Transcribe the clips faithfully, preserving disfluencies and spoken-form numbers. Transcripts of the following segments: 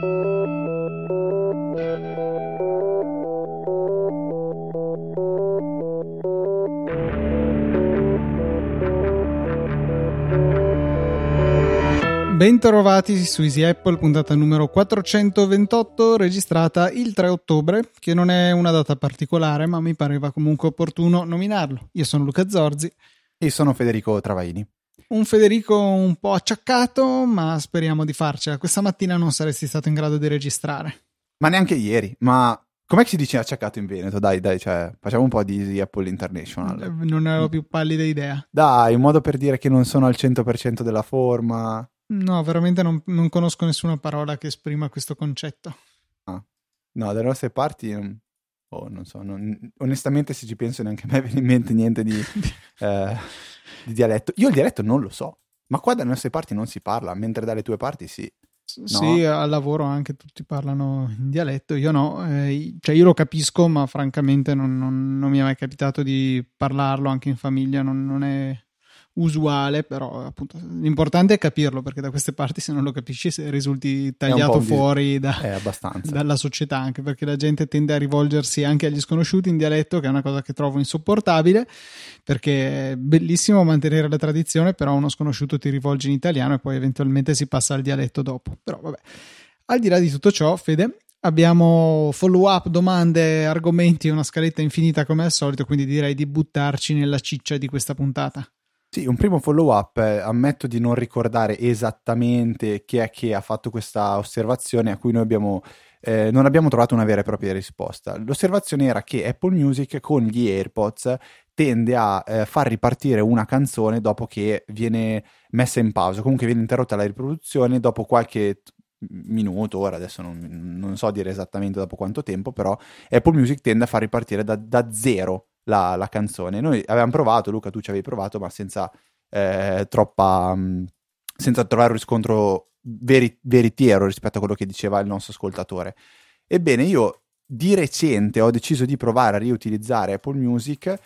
Bentrovati su Easy Apple, puntata numero quattrocentoventotto, registrata il tre ottobre, che non è una data particolare, ma mi pareva comunque opportuno nominarlo. Io sono Luca Zorzi. E sono Federico Travaini. Un Federico un po' acciaccato, ma speriamo di farcela. Questa mattina non saresti stato in grado di registrare. Ma neanche ieri, ma com'è che si dice acciaccato in Veneto? Dai, dai, cioè, facciamo un po' di Easy Apple International. Non ne avevo più pallida idea. Dai, un modo per dire che non sono al cento per cento della forma... No, veramente non, non conosco nessuna parola che esprima questo concetto. Ah. No, dalle nostre parti, oh, non so, non, onestamente se ci penso neanche a me viene in mente niente di, eh, di dialetto. Io il dialetto non lo so, ma qua dalle nostre parti non si parla, mentre dalle tue parti sì. No? Sì, al lavoro anche tutti parlano in dialetto, io no, eh, cioè io lo capisco, ma francamente non, non, non mi è mai capitato di parlarlo anche in famiglia, non, non è... usuale, però appunto l'importante è capirlo, perché da queste parti se non lo capisci se risulti tagliato fuori da, dalla società, anche perché la gente tende a rivolgersi anche agli sconosciuti in dialetto, che è una cosa che trovo insopportabile, perché è bellissimo mantenere la tradizione, però uno sconosciuto ti rivolge in italiano e poi eventualmente si passa al dialetto dopo. Però vabbè, al di là di tutto ciò, Fede, abbiamo follow up, domande, argomenti, una scaletta infinita come al solito, quindi direi di buttarci nella ciccia di questa puntata. Sì, un primo follow up, eh, ammetto di non ricordare esattamente chi è che ha fatto questa osservazione a cui noi abbiamo, eh, non abbiamo trovato una vera e propria risposta. L'osservazione era che Apple Music con gli AirPods tende a eh, far ripartire una canzone dopo che viene messa in pausa, comunque viene interrotta la riproduzione dopo qualche minuto, ora adesso non, non so dire esattamente dopo quanto tempo, però Apple Music tende a far ripartire da, da zero La, la canzone. Noi avevamo provato, Luca tu ci avevi provato, ma senza eh, troppa mh, senza trovare un riscontro veri, veritiero rispetto a quello che diceva il nostro ascoltatore. Ebbene, io di recente ho deciso di provare a riutilizzare Apple Music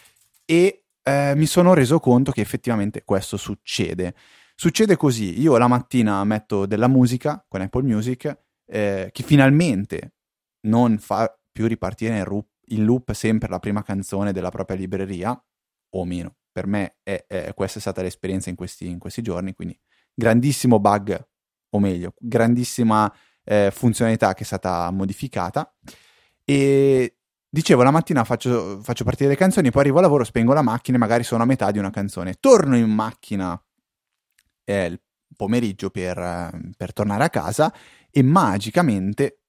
e eh, mi sono reso conto che effettivamente questo succede. Succede così: io la mattina metto della musica con Apple Music eh, che finalmente non fa più ripartire in loop in loop sempre la prima canzone della propria libreria, o meno. Per me è, è, questa è stata l'esperienza in questi, in questi giorni, quindi grandissimo bug, o meglio, grandissima eh, funzionalità che è stata modificata. E dicevo, la mattina faccio, faccio partire le canzoni, poi arrivo al lavoro, spengo la macchina e magari sono a metà di una canzone. Torno in macchina eh, il pomeriggio per, per tornare a casa e magicamente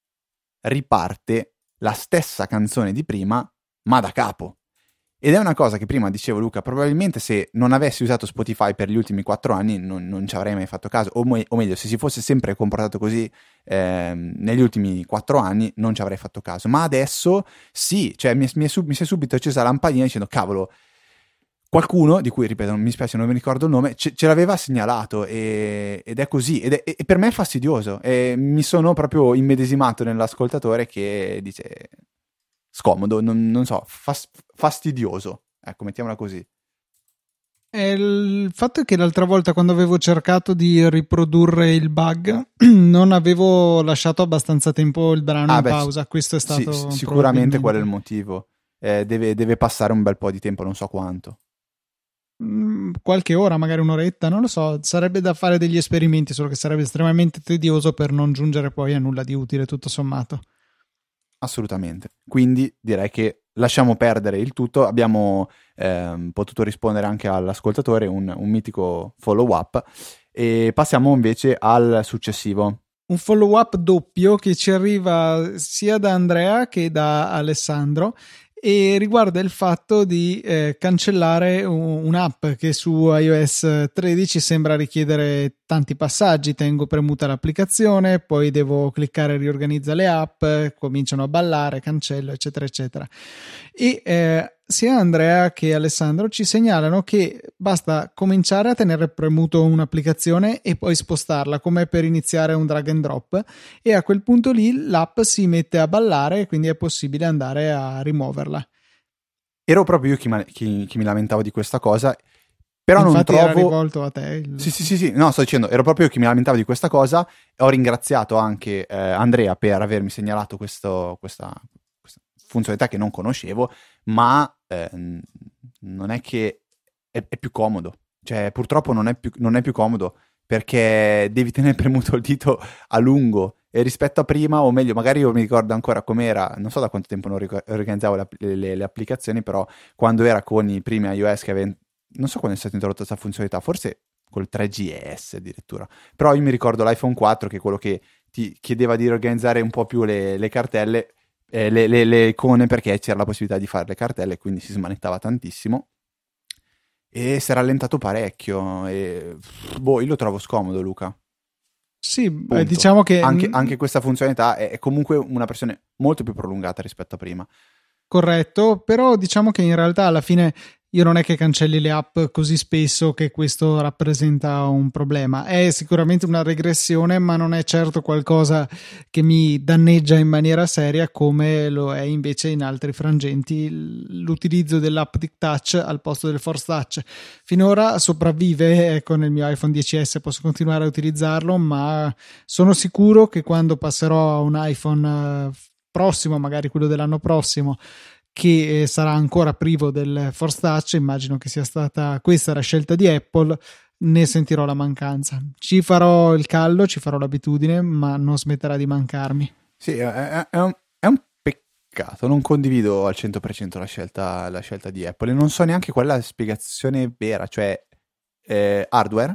riparte la stessa canzone di prima, ma da capo. Ed è una cosa che prima dicevo, Luca, probabilmente se non avessi usato Spotify per gli ultimi quattro anni non, non ci avrei mai fatto caso, o, mo- o meglio, se si fosse sempre comportato così eh, negli ultimi quattro anni non ci avrei fatto caso. Ma adesso sì, cioè mi, mi, è, sub- mi si è subito accesa la lampadina dicendo, cavolo, qualcuno, di cui ripeto, non mi spiace, non mi ricordo il nome, ce, ce l'aveva segnalato e, ed è così, ed è, e per me è fastidioso. E mi sono proprio immedesimato nell'ascoltatore che dice scomodo, non, non so, fas, fastidioso, ecco, mettiamola così. E il fatto è che l'altra volta, quando avevo cercato di riprodurre il bug, non avevo lasciato abbastanza tempo il brano ah, in beh, pausa. Questo è stato sì, sicuramente qual è il motivo. Eh, deve, deve passare un bel po' di tempo, non so quanto. Qualche ora, magari un'oretta, non lo so, sarebbe da fare degli esperimenti, solo che sarebbe estremamente tedioso per non giungere poi a nulla di utile tutto sommato. Assolutamente, quindi direi che lasciamo perdere il tutto. Abbiamo ehm, potuto rispondere anche all'ascoltatore, un, un mitico follow up, e passiamo invece al successivo. Un follow up doppio che ci arriva sia da Andrea che da Alessandro e riguarda il fatto di eh, cancellare un, un'app che su iOS tredici sembra richiedere tanti passaggi. Tengo premuta l'applicazione, poi devo cliccare riorganizza le app, cominciano a ballare, cancello, eccetera eccetera. E eh, sia Andrea che Alessandro ci segnalano che basta cominciare a tenere premuto un'applicazione e poi spostarla come per iniziare un drag and drop, e a quel punto lì l'app si mette a ballare e quindi è possibile andare a rimuoverla. Ero proprio io chi, ma- chi, chi mi lamentavo di questa cosa, Però non Infatti trovo... era rivolto a te. Il... Sì, sì, sì, sì, no, sto dicendo, ero proprio io che mi lamentavo di questa cosa e ho ringraziato anche eh, Andrea per avermi segnalato questo, questa, questa funzionalità che non conoscevo, ma eh, non è che è, è più comodo, cioè purtroppo non è più, non è più comodo perché devi tenere premuto il dito a lungo e rispetto a prima, o meglio, magari io mi ricordo ancora com'era, non so da quanto tempo non ricor- organizzavo le, le, le applicazioni, però quando era con i primi iOS che avevano, non so quando è stata introdotta questa funzionalità, forse col tre G S addirittura, però io mi ricordo l'iPhone quattro che è quello che ti chiedeva di organizzare un po' più le, le cartelle, eh, le, le, le icone, perché c'era la possibilità di fare le cartelle, quindi si smanettava tantissimo e si è rallentato parecchio e boh, io lo trovo scomodo, Luca. Sì, Punto. eh, diciamo che anche, anche questa funzionalità è, è comunque una versione molto più prolungata rispetto a prima. Corretto, però diciamo che in realtà alla fine io non è che cancelli le app così spesso che questo rappresenta un problema. È sicuramente una regressione, ma non è certo qualcosa che mi danneggia in maniera seria come lo è invece in altri frangenti l'utilizzo dell'Haptic Touch al posto del Force Touch. Finora sopravvive, ecco, nel mio iPhone dieci esse posso continuare a utilizzarlo, ma sono sicuro che quando passerò a un iPhone prossimo, magari quello dell'anno prossimo, che eh, sarà ancora privo del Force Touch, immagino che sia stata questa la scelta di Apple, ne sentirò la mancanza. Ci farò il callo, ci farò l'abitudine, ma non smetterà di mancarmi. Sì, è, è, un, è un peccato, non condivido al cento per cento la scelta, la scelta di Apple e non so neanche qual è la spiegazione vera, cioè eh, hardware,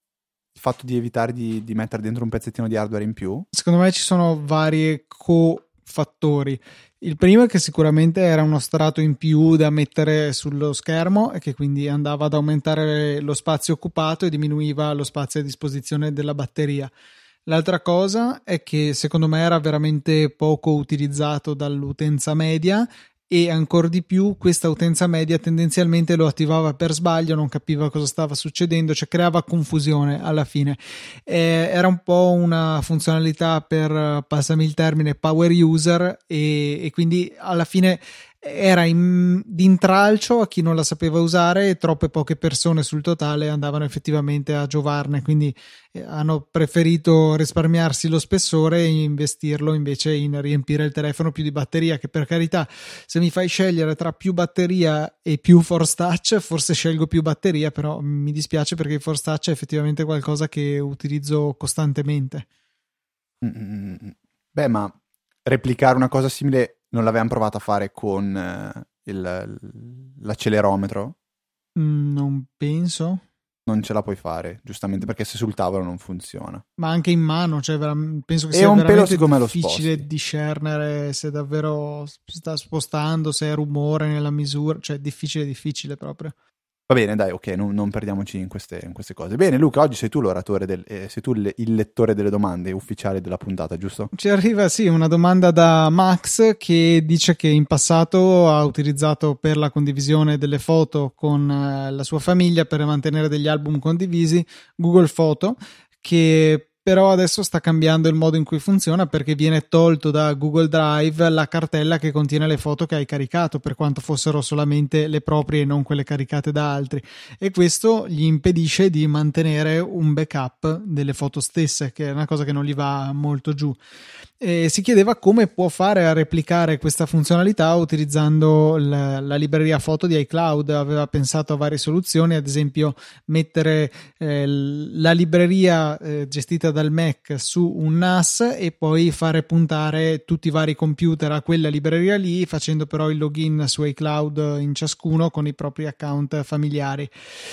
il fatto di evitare di, di mettere dentro un pezzettino di hardware in più. Secondo me ci sono varie cofattori. Il primo è che sicuramente era uno strato in più da mettere sullo schermo e che quindi andava ad aumentare lo spazio occupato e diminuiva lo spazio a disposizione della batteria. L'altra cosa è che secondo me era veramente poco utilizzato dall'utenza media e ancora di più questa utenza media tendenzialmente lo attivava per sbaglio, non capiva cosa stava succedendo, cioè creava confusione alla fine. Eh, era un po' una funzionalità per, passami il termine, power user e, e quindi alla fine era in, di intralcio a chi non la sapeva usare e troppe poche persone sul totale andavano effettivamente a giovarne, quindi eh, hanno preferito risparmiarsi lo spessore e investirlo invece in riempire il telefono più di batteria, che per carità, se mi fai scegliere tra più batteria e più Force Touch, forse scelgo più batteria, però mi dispiace perché il Force Touch è effettivamente qualcosa che utilizzo costantemente. Mm-hmm. Beh, ma replicare una cosa simile non l'avevamo provato a fare con eh, il, l'accelerometro? Mm, non penso. Non ce la puoi fare, giustamente, perché se sul tavolo non funziona. Ma anche in mano, cioè vera- penso che E sia un pelo veramente difficile lo discernere se davvero si sta spostando, se è rumore nella misura, cioè difficile, difficile proprio. Va bene, dai, ok, non, non perdiamoci in queste, in queste cose. Bene, Luca, oggi sei tu l'oratore, del, eh, sei tu il, il lettore delle domande ufficiali della puntata, giusto? Ci arriva, sì, una domanda da Max che dice che in passato ha utilizzato per la condivisione delle foto con eh, la sua famiglia per mantenere degli album condivisi Google Foto, che però adesso sta cambiando il modo in cui funziona perché viene tolto da Google Drive la cartella che contiene le foto che hai caricato, per quanto fossero solamente le proprie e non quelle caricate da altri, e questo gli impedisce di mantenere un backup delle foto stesse, che è una cosa che non gli va molto giù. E si chiedeva come può fare a replicare questa funzionalità utilizzando la, la libreria foto di iCloud. Aveva pensato a varie soluzioni, ad esempio mettere eh, la libreria eh, gestita dal Mac su un N A S e poi fare puntare tutti i vari computer a quella libreria lì, facendo però il login su iCloud in ciascuno con i propri account familiari.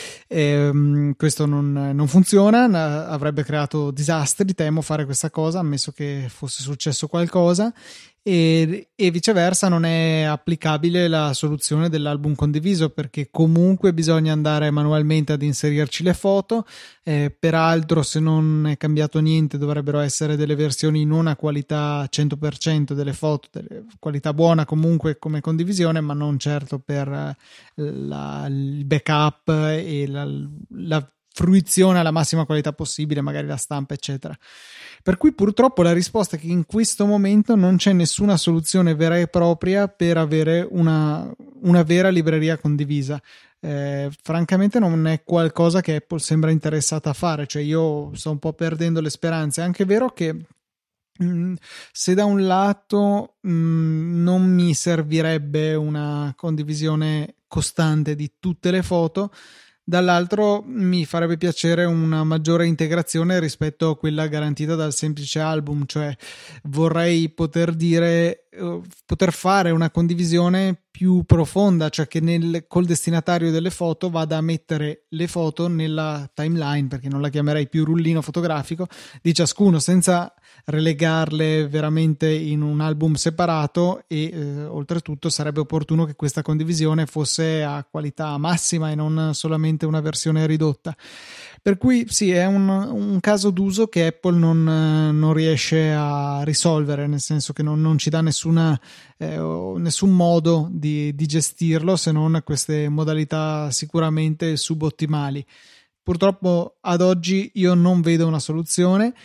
E, questo non, non funziona, avrebbe creato disastri, temo, fare questa cosa, ammesso che fosse successo qualcosa. E, e viceversa non è applicabile la soluzione dell'album condiviso, perché comunque bisogna andare manualmente ad inserirci le foto. Eh, peraltro, se non è cambiato niente, dovrebbero essere delle versioni non a qualità cento per cento delle foto, delle qualità buona comunque come condivisione, ma non certo per la, il backup e la, la fruizione alla massima qualità possibile, magari la stampa eccetera. Per cui purtroppo la risposta è che in questo momento non c'è nessuna soluzione vera e propria per avere una, una vera libreria condivisa. eh, francamente non è qualcosa che Apple sembra interessata a fare, cioè io sto un po' perdendo le speranze. È anche vero che mh, se da un lato mh, non mi servirebbe una condivisione costante di tutte le foto, dall'altro mi farebbe piacere una maggiore integrazione rispetto a quella garantita dal semplice album, cioè vorrei poter dire, poter fare una condivisione più profonda, cioè che nel, col destinatario delle foto vada a mettere le foto nella timeline, perché non la chiamerei più rullino fotografico, di ciascuno, senza relegarle veramente in un album separato. E eh, oltretutto sarebbe opportuno che questa condivisione fosse a qualità massima e non solamente una versione ridotta. Per cui sì, è un, un caso d'uso che Apple non, non riesce a risolvere, nel senso che non, non ci dà nessuna, eh, nessun modo di, di gestirlo, se non queste modalità sicuramente subottimali. Purtroppo ad oggi io non vedo una soluzione.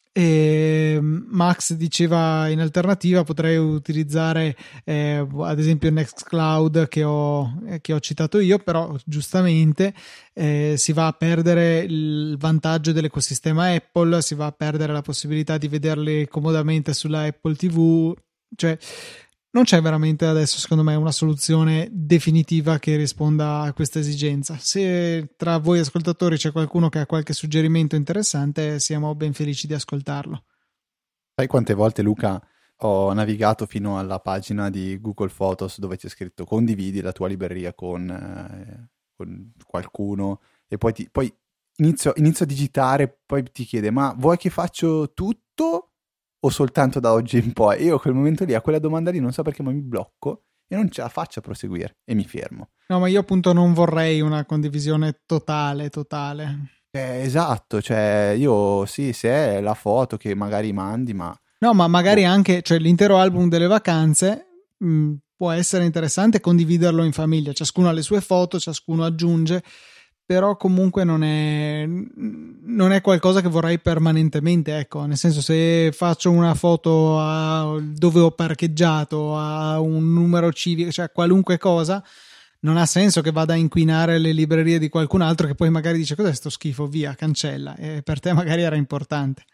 E Max diceva in alternativa potrei utilizzare eh, ad esempio Nextcloud che ho, che ho citato io, però giustamente eh, si va a perdere il vantaggio dell'ecosistema Apple, si va a perdere la possibilità di vederli comodamente sulla Apple ti vu, cioè non c'è veramente adesso secondo me una soluzione definitiva che risponda a questa esigenza. Se tra voi ascoltatori c'è qualcuno che ha qualche suggerimento interessante, siamo ben felici di ascoltarlo. Sai quante volte, Luca, ho navigato fino alla pagina di Google Photos dove c'è scritto condividi la tua libreria con, eh, con qualcuno, e poi, ti, poi inizio, inizio a digitare, poi ti chiede ma vuoi che faccio tutto o soltanto da oggi in poi? E io a quel momento lì, a quella domanda lì, non so perché, ma mi blocco e non ce la faccio a proseguire e mi fermo. No, ma io appunto non vorrei una condivisione totale, totale. Eh, esatto, cioè io sì, se è la foto che magari mandi, ma... No, ma magari oh. anche, cioè l'intero album delle vacanze mh, può essere interessante condividerlo in famiglia, ciascuno ha le sue foto, ciascuno aggiunge, però comunque non è, non è qualcosa che vorrei permanentemente, ecco, nel senso, se faccio una foto a dove ho parcheggiato, a un numero civico, cioè qualunque cosa, non ha senso che vada a inquinare le librerie di qualcun altro che poi magari dice cos'è sto schifo, via, cancella, e per te magari era importante.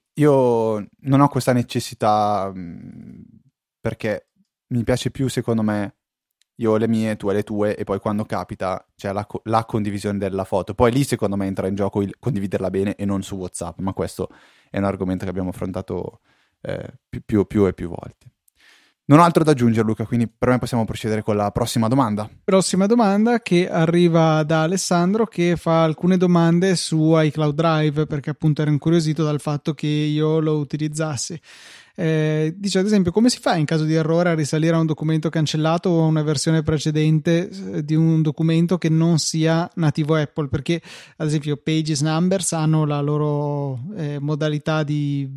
Io non ho questa necessità perché mi piace più, secondo me, io ho le mie, tu hai le tue, e poi quando capita c'è la, la condivisione della foto. Poi lì secondo me entra in gioco il condividerla bene e non su WhatsApp, ma questo è un argomento che abbiamo affrontato eh, più, più, più e più volte. Non ho altro da aggiungere, Luca, quindi per me possiamo procedere con la prossima domanda. Prossima domanda che arriva da Alessandro, che fa alcune domande su iCloud Drive, perché appunto era incuriosito dal fatto che io lo utilizzassi. Eh, dice ad esempio: come si fa in caso di errore a risalire a un documento cancellato o a una versione precedente eh, di un documento che non sia nativo Apple? Perché ad esempio Pages, Numbers hanno la loro eh, modalità di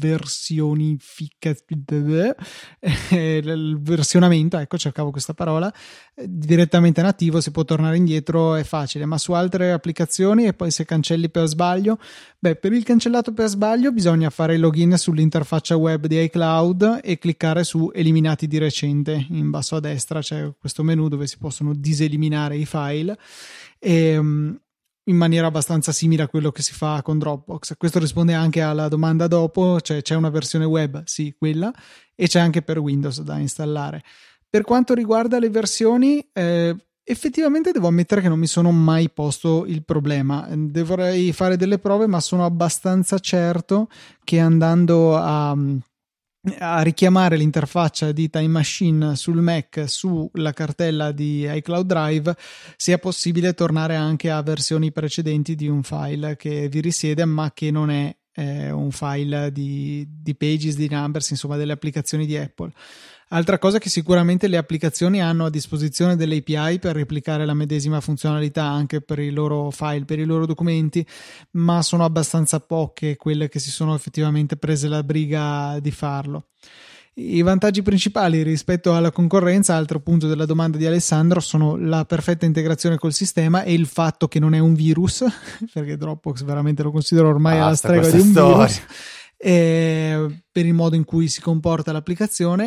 versionificazione, eh, il versionamento, ecco, cercavo questa parola, eh, direttamente nativo, si può tornare indietro, è facile, ma su altre applicazioni, e poi se cancelli per sbaglio, beh, per il cancellato per sbaglio bisogna fare il login sull'interfaccia web di iCloud e cliccare su eliminati di recente. In basso a destra c'è questo menu dove si possono diseliminare i file, e, um, in maniera abbastanza simile a quello che si fa con Dropbox. Questo risponde anche alla domanda dopo, cioè c'è una versione web, sì, quella, e c'è anche per Windows da installare. Per quanto riguarda le versioni, eh, effettivamente devo ammettere che non mi sono mai posto il problema. Dovrei fare delle prove, ma sono abbastanza certo che andando a, a richiamare l'interfaccia di Time Machine sul Mac sulla cartella di iCloud Drive sia possibile tornare anche a versioni precedenti di un file che vi risiede, ma che non è eh, un file di, di Pages, di Numbers, insomma delle applicazioni di Apple. Altra cosa è che sicuramente le applicazioni hanno a disposizione delle A P I per replicare la medesima funzionalità anche per i loro file, per i loro documenti, ma sono abbastanza poche quelle che si sono effettivamente prese la briga di farlo. I vantaggi principali rispetto alla concorrenza, altro punto della domanda di Alessandro, sono la perfetta integrazione col sistema e il fatto che non è un virus, perché Dropbox veramente lo considero ormai alla stregua di un storia. virus, e per il modo in cui si comporta l'applicazione,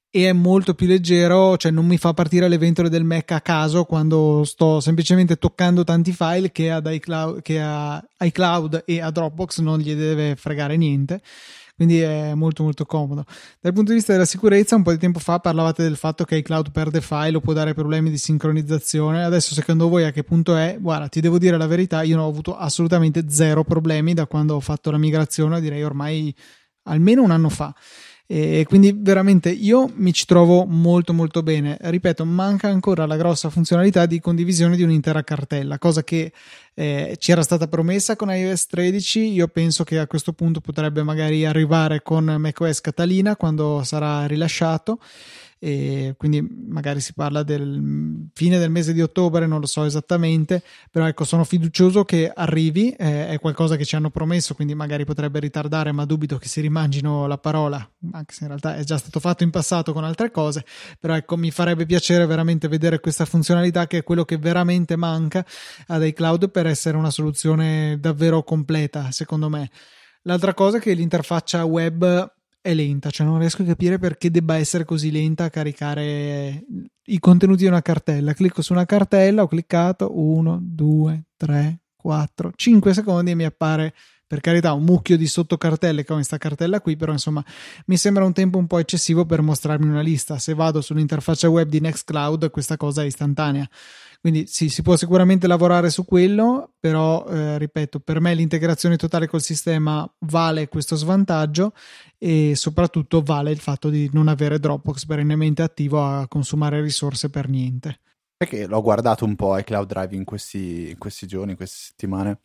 e è molto più leggero, cioè non mi fa partire le ventole del Mac a caso quando sto semplicemente toccando tanti file che ad iCloud, che a iCloud e a Dropbox non gli deve fregare niente. Quindi è molto molto comodo. Dal punto di vista della sicurezza, un po' di tempo fa parlavate del fatto che iCloud perde file o può dare problemi di sincronizzazione. Adesso secondo voi a che punto è? Guarda, ti devo dire la verità, io non ho avuto assolutamente zero problemi da quando ho fatto la migrazione, direi ormai almeno un anno fa. E quindi veramente io mi ci trovo molto molto bene. Ripeto, manca ancora la grossa funzionalità di condivisione di un'intera cartella, cosa che eh, ci era stata promessa con iOS tredici. Io penso che a questo punto potrebbe magari arrivare con macOS Catalina quando sarà rilasciato, e quindi magari si parla del fine del mese di ottobre, non lo so esattamente, però ecco, sono fiducioso che arrivi, eh, è qualcosa che ci hanno promesso, quindi magari potrebbe ritardare, ma dubito che si rimangino la parola, anche se in realtà è già stato fatto in passato con altre cose. Però ecco, mi farebbe piacere veramente vedere questa funzionalità, che è quello che veramente manca ad iCloud per essere una soluzione davvero completa, secondo me. L'altra cosa è che l'interfaccia web è lenta, cioè non riesco a capire perché debba essere così lenta a caricare i contenuti di una cartella. Clicco su una cartella, ho cliccato uno, due, tre, quattro, cinque secondi e mi appare, per carità, un mucchio di sottocartelle che ho in sta cartella qui, però insomma mi sembra un tempo un po' eccessivo per mostrarmi una lista. Se vado sull'interfaccia web di Nextcloud questa cosa è istantanea. Quindi sì, si può sicuramente lavorare su quello, però eh, ripeto, per me l'integrazione totale col sistema vale questo svantaggio, e soprattutto vale il fatto di non avere Dropbox perennemente attivo a consumare risorse per niente. Perché l'ho guardato un po' iCloud Drive in questi, in questi giorni, in queste settimane,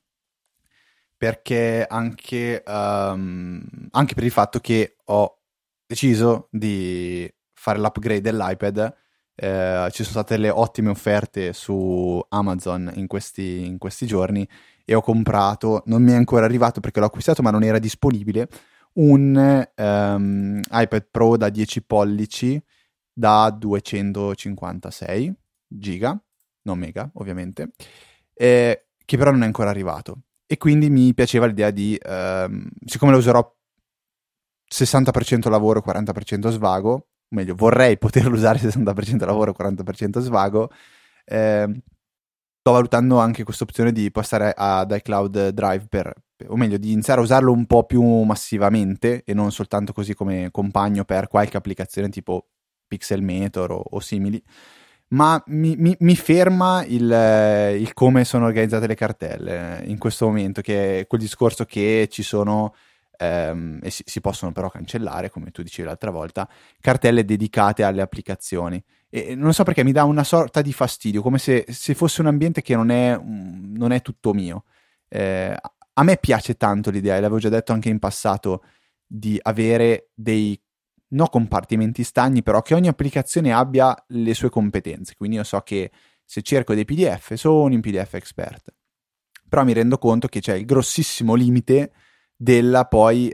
perché anche, um, anche per il fatto che ho deciso di fare l'upgrade dell'iPad. Eh, ci sono state delle ottime offerte su Amazon in questi, in questi giorni, e ho comprato, non mi è ancora arrivato perché l'ho acquistato ma non era disponibile, un um, iPad Pro da dieci pollici da duecentocinquantasei giga, non mega ovviamente, eh, che però non è ancora arrivato, e quindi mi piaceva l'idea di, um, siccome lo userò sessanta per cento lavoro, quaranta per cento svago, meglio, vorrei poterlo usare sessanta per cento lavoro, quaranta per cento svago, eh, sto valutando anche questa opzione di passare ad iCloud Drive per, o meglio, di iniziare a usarlo un po' più massivamente e non soltanto così come compagno per qualche applicazione tipo Pixelmator o, o simili, ma mi, mi, mi ferma il, il come sono organizzate le cartelle in questo momento, che è quel discorso che ci sono... Um, e si, si possono però cancellare, come tu dicevi l'altra volta, cartelle dedicate alle applicazioni, e non so perché mi dà una sorta di fastidio, come se, se fosse un ambiente che non è, non è tutto mio. Eh, a me piace tanto l'idea, e l'avevo già detto anche in passato, di avere dei no compartimenti stagni, però che ogni applicazione abbia le sue competenze. Quindi io so che se cerco dei P D F sono in P D F Expert, però mi rendo conto che c'è il grossissimo limite della poi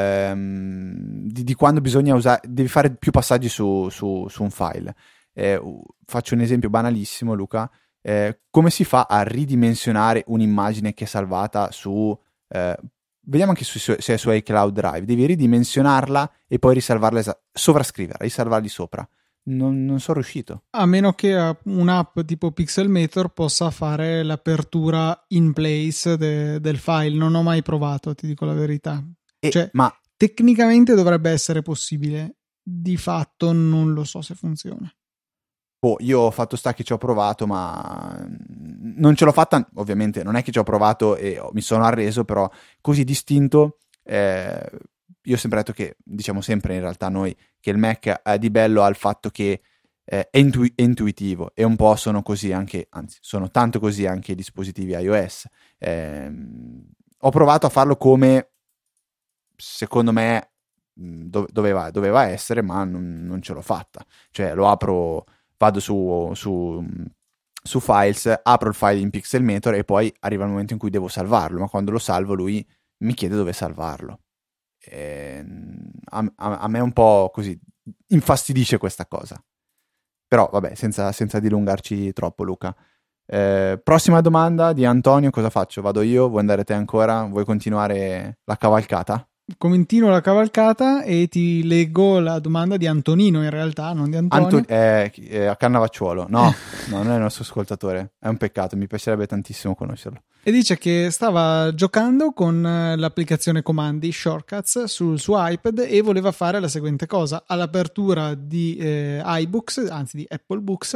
ehm, di, di quando bisogna usare, devi fare più passaggi su, su, su un file. Eh, faccio un esempio banalissimo, Luca. Eh, come si fa a ridimensionare un'immagine che è salvata su eh, vediamo anche su, se è su iCloud Drive, devi ridimensionarla e poi risalvarla, sovrascriverla, risalvarli sopra. Non, non sono riuscito. A meno che un'app tipo Pixelmator possa fare l'apertura in place de, del file. Non ho mai provato, ti dico la verità. E, cioè, ma tecnicamente dovrebbe essere possibile. Di fatto non lo so se funziona. Boh, io ho fatto sta che ci ho provato, ma non ce l'ho fatta. Ovviamente non è che ci ho provato e mi sono arreso, però così distinto. Eh, io ho sempre detto che, diciamo sempre in realtà noi, che il Mac ha di bello al fatto che eh, è, intu- è intuitivo, e un po' sono così anche, anzi sono tanto così anche i dispositivi iOS. Eh, ho provato a farlo come secondo me do- doveva, doveva essere, ma non, non ce l'ho fatta. Cioè lo apro, vado su, su, su Files, apro il file in Pixelmator e poi arriva il momento in cui devo salvarlo, ma quando lo salvo lui mi chiede dove salvarlo. E a, a, a me un po' così infastidisce questa cosa, però vabbè, senza, senza dilungarci troppo, Luca. Eh, prossima domanda di Antonio: cosa faccio? Vado io? Vuoi andare te ancora? Vuoi continuare la cavalcata? continuo la cavalcata e ti leggo la domanda di Antonino, in realtà, non di Antonio. Anto- eh, eh, a Cannavacciuolo. No, no, non è il nostro ascoltatore. È un peccato, mi piacerebbe tantissimo conoscerlo. E dice che stava giocando con l'applicazione comandi Shortcuts sul suo iPad e voleva fare la seguente cosa: all'apertura di eh, iBooks, anzi di Apple Books,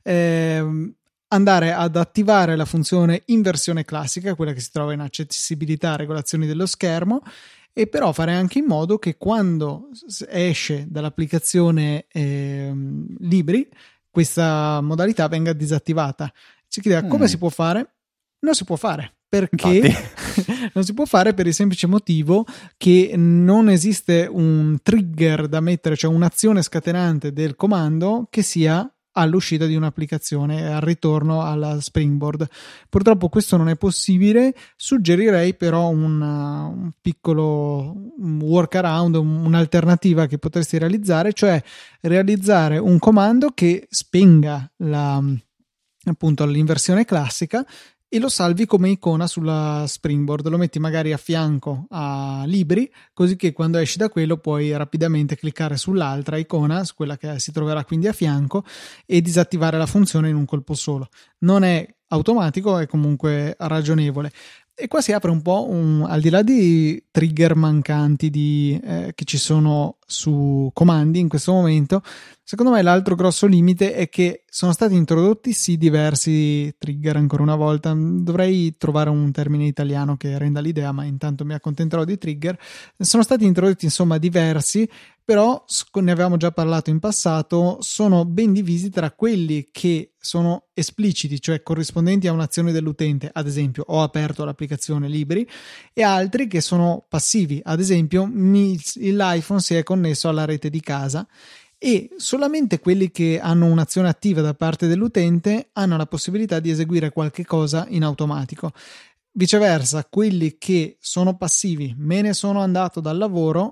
eh, andare ad attivare la funzione inversione classica, quella che si trova in accessibilità e regolazioni dello schermo, e però fare anche in modo che quando esce dall'applicazione eh, Libri questa modalità venga disattivata. Ci chiedeva mm. come si può fare. Non si può fare, perché non si può fare per il semplice motivo che non esiste un trigger da mettere, cioè un'azione scatenante del comando che sia all'uscita di un'applicazione, al ritorno alla Springboard. Purtroppo questo non è possibile. Suggerirei però una, un piccolo workaround, un'alternativa che potresti realizzare, cioè realizzare un comando che spenga la, appunto l'inversione classica e lo salvi come icona sulla Springboard, lo metti magari a fianco a Libri, così che quando esci da quello puoi rapidamente cliccare sull'altra icona, su quella che si troverà quindi a fianco, e disattivare la funzione in un colpo solo. Non è automatico, è comunque ragionevole. E qua si apre un po' un, al di là di trigger mancanti di, eh, che ci sono su comandi in questo momento, secondo me l'altro grosso limite è che sono stati introdotti sì diversi trigger, ancora una volta dovrei trovare un termine italiano che renda l'idea, ma intanto mi accontenterò di trigger. Sono stati introdotti insomma diversi, però ne avevamo già parlato in passato, sono ben divisi tra quelli che sono espliciti, cioè corrispondenti a un'azione dell'utente, ad esempio ho aperto l'applicazione Libri, e altri che sono passivi, ad esempio mi, l'iPhone si è connesso alla rete di casa, e solamente quelli che hanno un'azione attiva da parte dell'utente hanno la possibilità di eseguire qualche cosa in automatico. Viceversa, quelli che sono passivi, me ne sono andato dal lavoro,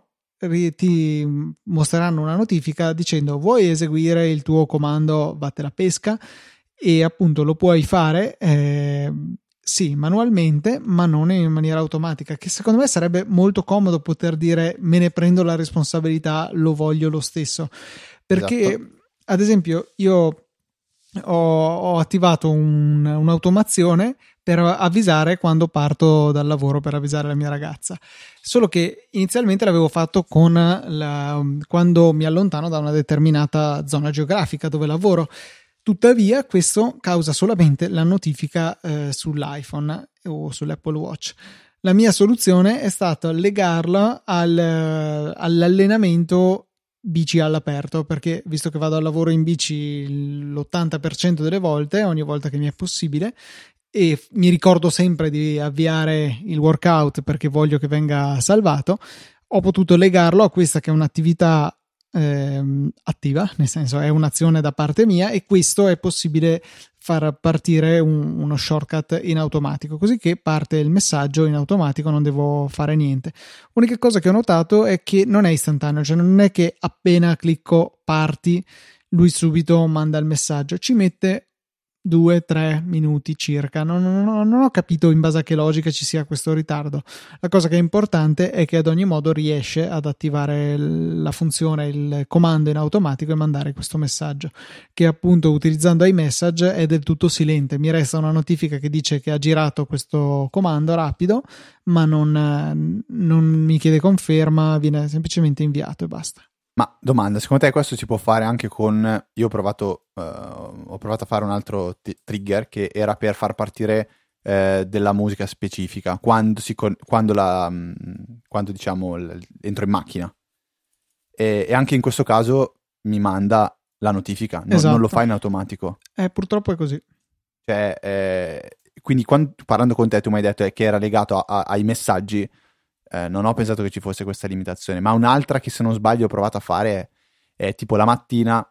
ti mostreranno una notifica dicendo vuoi eseguire il tuo comando vatte la pesca, e appunto lo puoi fare eh, sì manualmente ma non in maniera automatica, che secondo me sarebbe molto comodo poter dire me ne prendo la responsabilità, lo voglio lo stesso, perché esatto. Ad esempio io ho, ho attivato un, un'automazione per avvisare quando parto dal lavoro, per avvisare la mia ragazza, solo che inizialmente l'avevo fatto con la, quando mi allontano da una determinata zona geografica dove lavoro. Tuttavia questo causa solamente la notifica eh, sull'iPhone o sull'Apple Watch. La mia soluzione è stata legarla al, all'allenamento bici all'aperto, perché visto che vado al lavoro in bici l'ottanta per cento delle volte, ogni volta che mi è possibile, e mi ricordo sempre di avviare il workout perché voglio che venga salvato, ho potuto legarlo a questa che è un'attività ehm, attiva, nel senso è un'azione da parte mia, e questo è possibile far partire un, uno shortcut in automatico, così che parte il messaggio in automatico, non devo fare niente. L'unica cosa che ho notato è che non è istantaneo, cioè non è che appena clicco parti lui subito manda il messaggio, ci mette due tre minuti circa. Non, non, non ho capito in base a che logica ci sia questo ritardo. La cosa che è importante è che ad ogni modo riesce ad attivare la funzione, il comando in automatico e mandare questo messaggio, che appunto utilizzando iMessage è del tutto silente. Mi resta una notifica che dice che ha girato questo comando rapido, ma non, non mi chiede conferma, viene semplicemente inviato e basta. Ma domanda, secondo te questo si può fare anche con, io ho provato, uh, ho provato a fare un altro t- trigger che era per far partire uh, della musica specifica quando, si con- quando, la, um, quando diciamo l- entro in macchina, e-, e anche in questo caso mi manda la notifica, no, esatto. Non lo fa in automatico. Eh, purtroppo è così. Cioè, eh, quindi quando, parlando con te tu mi hai detto che era legato a- a- ai messaggi. Eh, non ho pensato che ci fosse questa limitazione, ma un'altra che se non sbaglio ho provato a fare è, è tipo la mattina,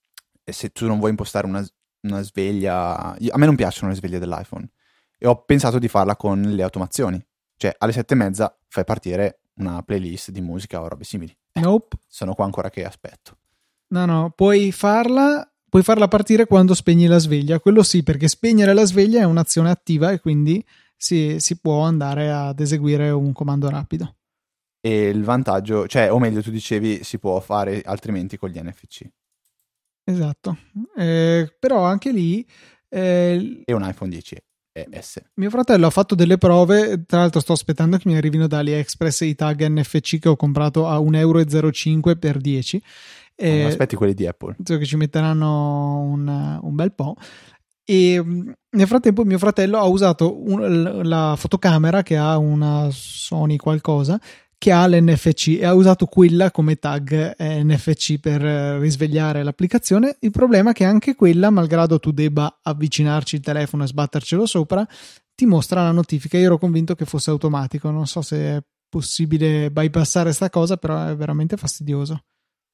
e se tu non vuoi impostare una, una sveglia, io, a me non piacciono le sveglie dell'iPhone, e ho pensato di farla con le automazioni, cioè alle sette e mezza fai partire una playlist di musica o robe simili. Eh, nope. Sono qua ancora che aspetto. No, no, puoi farla, puoi farla partire quando spegni la sveglia, quello sì, perché spegnere la sveglia è un'azione attiva e quindi Si, si può andare ad eseguire un comando rapido. E il vantaggio, cioè, o meglio, tu dicevi si può fare altrimenti con gli N F C. Esatto, eh, però anche lì eh, E un iPhone dieci S. mio fratello ha fatto delle prove, tra l'altro sto aspettando che mi arrivino da AliExpress i tag N F C che ho comprato a un euro e zero cinque per dieci. Eh, aspetti quelli di Apple. So che ci metteranno un, un bel po'. E nel frattempo mio fratello ha usato un, la fotocamera che ha una Sony qualcosa che ha l'N F C e ha usato quella come tag N F C per risvegliare l'applicazione. Il problema è che anche quella, malgrado tu debba avvicinarci il telefono e sbattercelo sopra, ti mostra la notifica. Io ero convinto che fosse automatico, non so se è possibile bypassare sta cosa, però è veramente fastidioso.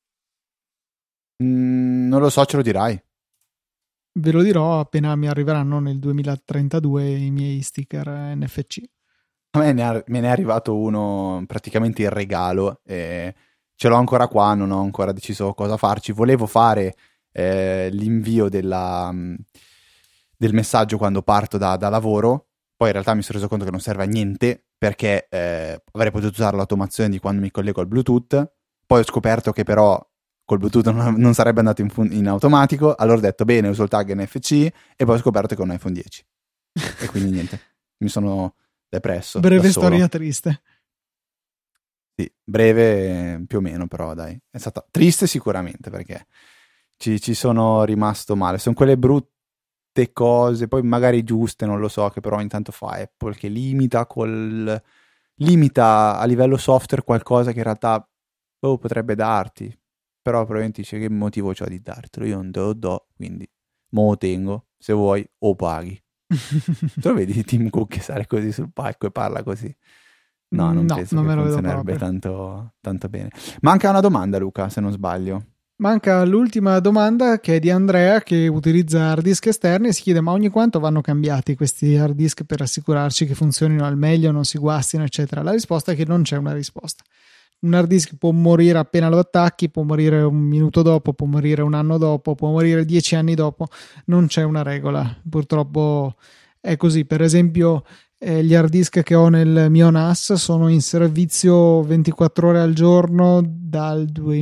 Mm, non lo so, ce lo dirai. Ve lo dirò appena mi arriveranno nel duemilatrentadue i miei sticker N F C. A me ne, è, me ne è arrivato uno praticamente in regalo e ce l'ho ancora qua, non ho ancora deciso cosa farci. Volevo fare eh, l'invio della, del messaggio quando parto da, da lavoro, poi in realtà mi sono reso conto che non serve a niente perché eh, avrei potuto usare l'automazione di quando mi collego al Bluetooth, poi ho scoperto che però col Bluetooth non, non sarebbe andato in, fun- in automatico, allora ho detto bene, uso il tag N F C e poi ho scoperto che è un iPhone dieci e quindi niente, mi sono depresso. Breve storia triste. Sì, breve più o meno, però dai, è stata triste sicuramente perché ci, ci sono rimasto male, sono quelle brutte cose, poi magari giuste, non lo so, che però intanto fa Apple, che limita col limita a livello software qualcosa che in realtà oh, potrebbe darti, però probabilmente dice che motivo c'ho di dartelo, io non te lo do, quindi mo lo tengo, se vuoi o paghi. Tu lo vedi Tim Cook che sale così sul palco e parla così? No, non no, penso non che me lo vedo funzionerebbe proprio. tanto, tanto bene. Manca una domanda, Luca, se non sbaglio. Manca l'ultima domanda che è di Andrea che utilizza hard disk esterni e si chiede ma ogni quanto vanno cambiati questi hard disk per assicurarci che funzionino al meglio, non si guastino eccetera. La risposta è che non c'è una risposta. Un hard disk può morire appena lo attacchi, può morire un minuto dopo, può morire un anno dopo, può morire dieci anni dopo, non c'è una regola, purtroppo è così. Per esempio eh, gli hard disk che ho nel mio N A S sono in servizio ventiquattro ore al giorno dal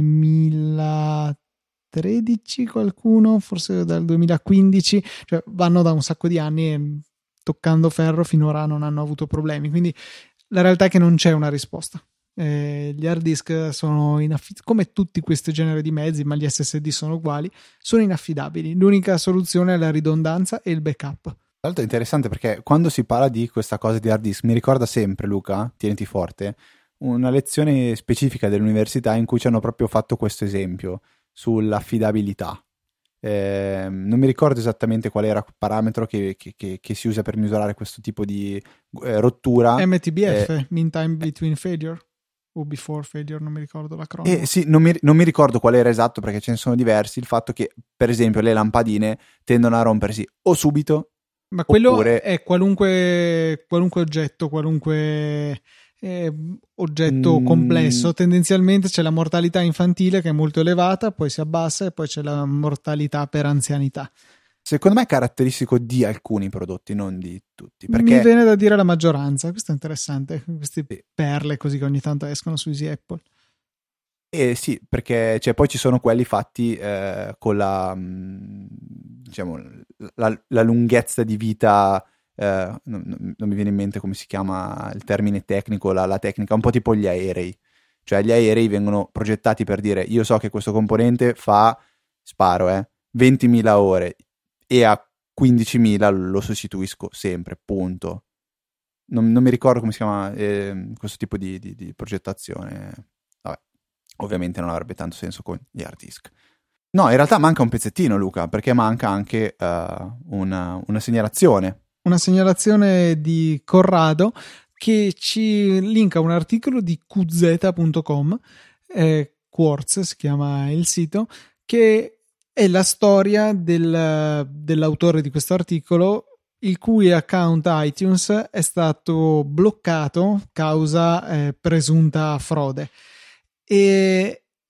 duemilatredici, qualcuno forse dal duemilaquindici, cioè vanno da un sacco di anni e toccando ferro finora non hanno avuto problemi, quindi la realtà è che non c'è una risposta. Eh, gli hard disk sono inaffidabili, come tutti questi generi di mezzi, ma gli S S D sono uguali, sono inaffidabili. L'unica soluzione è la ridondanza e il backup. Tra l'altro è interessante perché quando si parla di questa cosa di hard disk mi ricorda sempre, Luca, tieniti forte, una lezione specifica dell'università in cui ci hanno proprio fatto questo esempio sull'affidabilità. Eh, non mi ricordo esattamente qual era il parametro che, che, che, che si usa per misurare questo tipo di eh, rottura. M T B F, eh, Mean Time Between Failure o Before Failure, non mi ricordo l'acronimo. Eh, sì, non mi, non mi ricordo qual era esatto perché ce ne sono diversi. Il fatto che, per esempio, le lampadine tendono a rompersi o subito. Ma quello oppure è qualunque, qualunque oggetto, qualunque eh, oggetto mm, complesso. Tendenzialmente c'è la mortalità infantile che è molto elevata, poi si abbassa e poi c'è la mortalità per anzianità. secondo me è caratteristico di alcuni prodotti, non di tutti. Perché Mi viene da dire la maggioranza, questo è interessante, queste sì. perle così che ogni tanto escono su Easy Apple. Eh sì, perché cioè, poi ci sono quelli fatti eh, con la, mh, diciamo, la, la lunghezza di vita, eh, non, non mi viene in mente come si chiama il termine tecnico, la, la tecnica, un po' tipo gli aerei. Cioè gli aerei vengono progettati per dire io so che questo componente fa, sparo, eh, ventimila ore e a quindicimila lo sostituisco sempre, punto. Non, non mi ricordo come si chiama eh, questo tipo di, di, di progettazione. Vabbè. Ovviamente non avrebbe tanto senso con gli hard disk. No, in realtà manca un pezzettino, Luca, perché manca anche uh, una, una segnalazione. Una segnalazione di Corrado che ci linka un articolo di Q Z punto com, eh, Quartz si chiama il sito, che è la storia del, dell'autore di questo articolo, il cui account iTunes è stato bloccato causa eh, presunta frode. E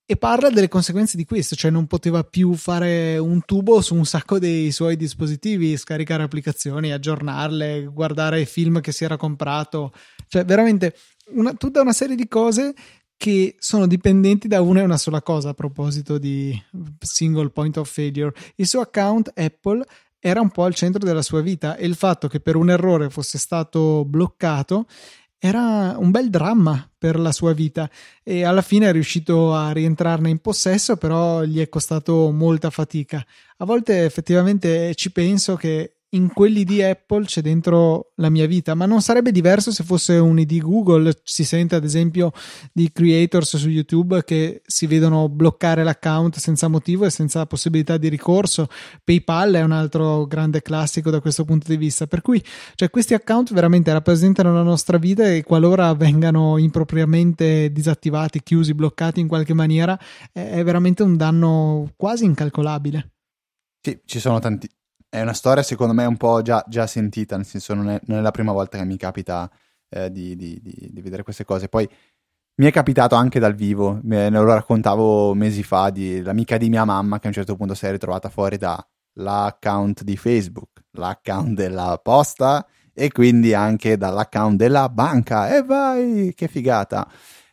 e parla delle conseguenze di questo, cioè non poteva più fare un tubo su un sacco dei suoi dispositivi, scaricare applicazioni, aggiornarle, guardare film che si era comprato, cioè veramente una, tutta una serie di cose che sono dipendenti da una e una sola cosa. A proposito di single point of failure, il suo account Apple era un po' al centro della sua vita e il fatto che per un errore fosse stato bloccato era un bel dramma per la sua vita, e alla fine è riuscito a rientrarne in possesso, però gli è costato molta fatica. A volte effettivamente ci penso che in quelli di Apple c'è dentro la mia vita, ma non sarebbe diverso se fosse un I D Google. Si sente ad esempio di creators su YouTube che si vedono bloccare l'account senza motivo e senza possibilità di ricorso. PayPal è un altro grande classico da questo punto di vista, per cui cioè, questi account veramente rappresentano la nostra vita, e qualora vengano impropriamente disattivati, chiusi, bloccati in qualche maniera, è veramente un danno quasi incalcolabile. Sì, ci sono tanti. È una storia secondo me un po' già, già sentita, nel senso non è, non è la prima volta che mi capita eh, di, di, di, di vedere queste cose. Poi mi è capitato anche dal vivo, me, ne lo raccontavo mesi fa, di l'amica di mia mamma che a un certo punto si è ritrovata fuori dall'account di Facebook, l'account della posta e quindi anche dall'account della banca. E vai, che figata!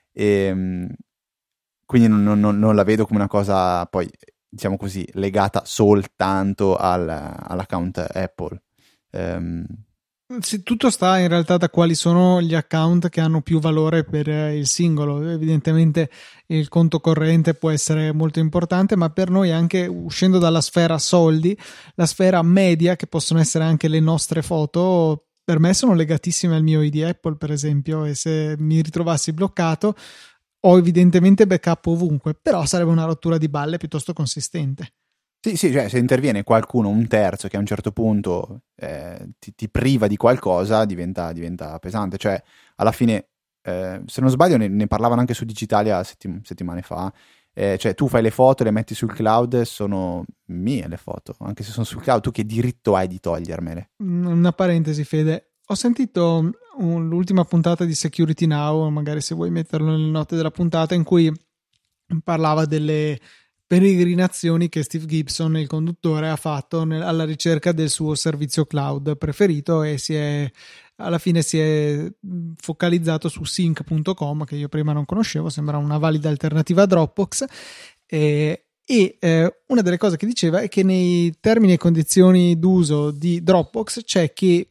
E, quindi non, non, non la vedo come una cosa poi, diciamo così, legata soltanto al, all'account Apple. Um... Sì, tutto sta in realtà da quali sono gli account che hanno più valore per il singolo. Evidentemente il conto corrente può essere molto importante, ma per noi, anche uscendo dalla sfera soldi, la sfera media, che possono essere anche le nostre foto, per me sono legatissime al mio I D Apple, per esempio, e se mi ritrovassi bloccato ho evidentemente backup ovunque, però sarebbe una rottura di balle piuttosto consistente. Sì, sì, cioè se interviene qualcuno, un terzo, che a un certo punto eh, ti, ti priva di qualcosa, diventa, diventa pesante. Cioè, alla fine, eh, se non sbaglio, ne, ne parlavano anche su Digitalia settim- settimane fa. Eh, cioè, tu fai le foto, le metti sul cloud, sono mie le foto. Anche se sono sul cloud, tu che diritto hai di togliermele? Una parentesi, Fede. Ho sentito un, l'ultima puntata di Security Now, magari se vuoi metterlo nelle note della puntata, in cui parlava delle peregrinazioni che Steve Gibson, il conduttore, ha fatto nel, alla ricerca del suo servizio cloud preferito, e si è alla fine si è focalizzato su sync punto com, che io prima non conoscevo, sembra una valida alternativa a Dropbox. E, e eh, una delle cose che diceva è che nei termini e condizioni d'uso di Dropbox c'è che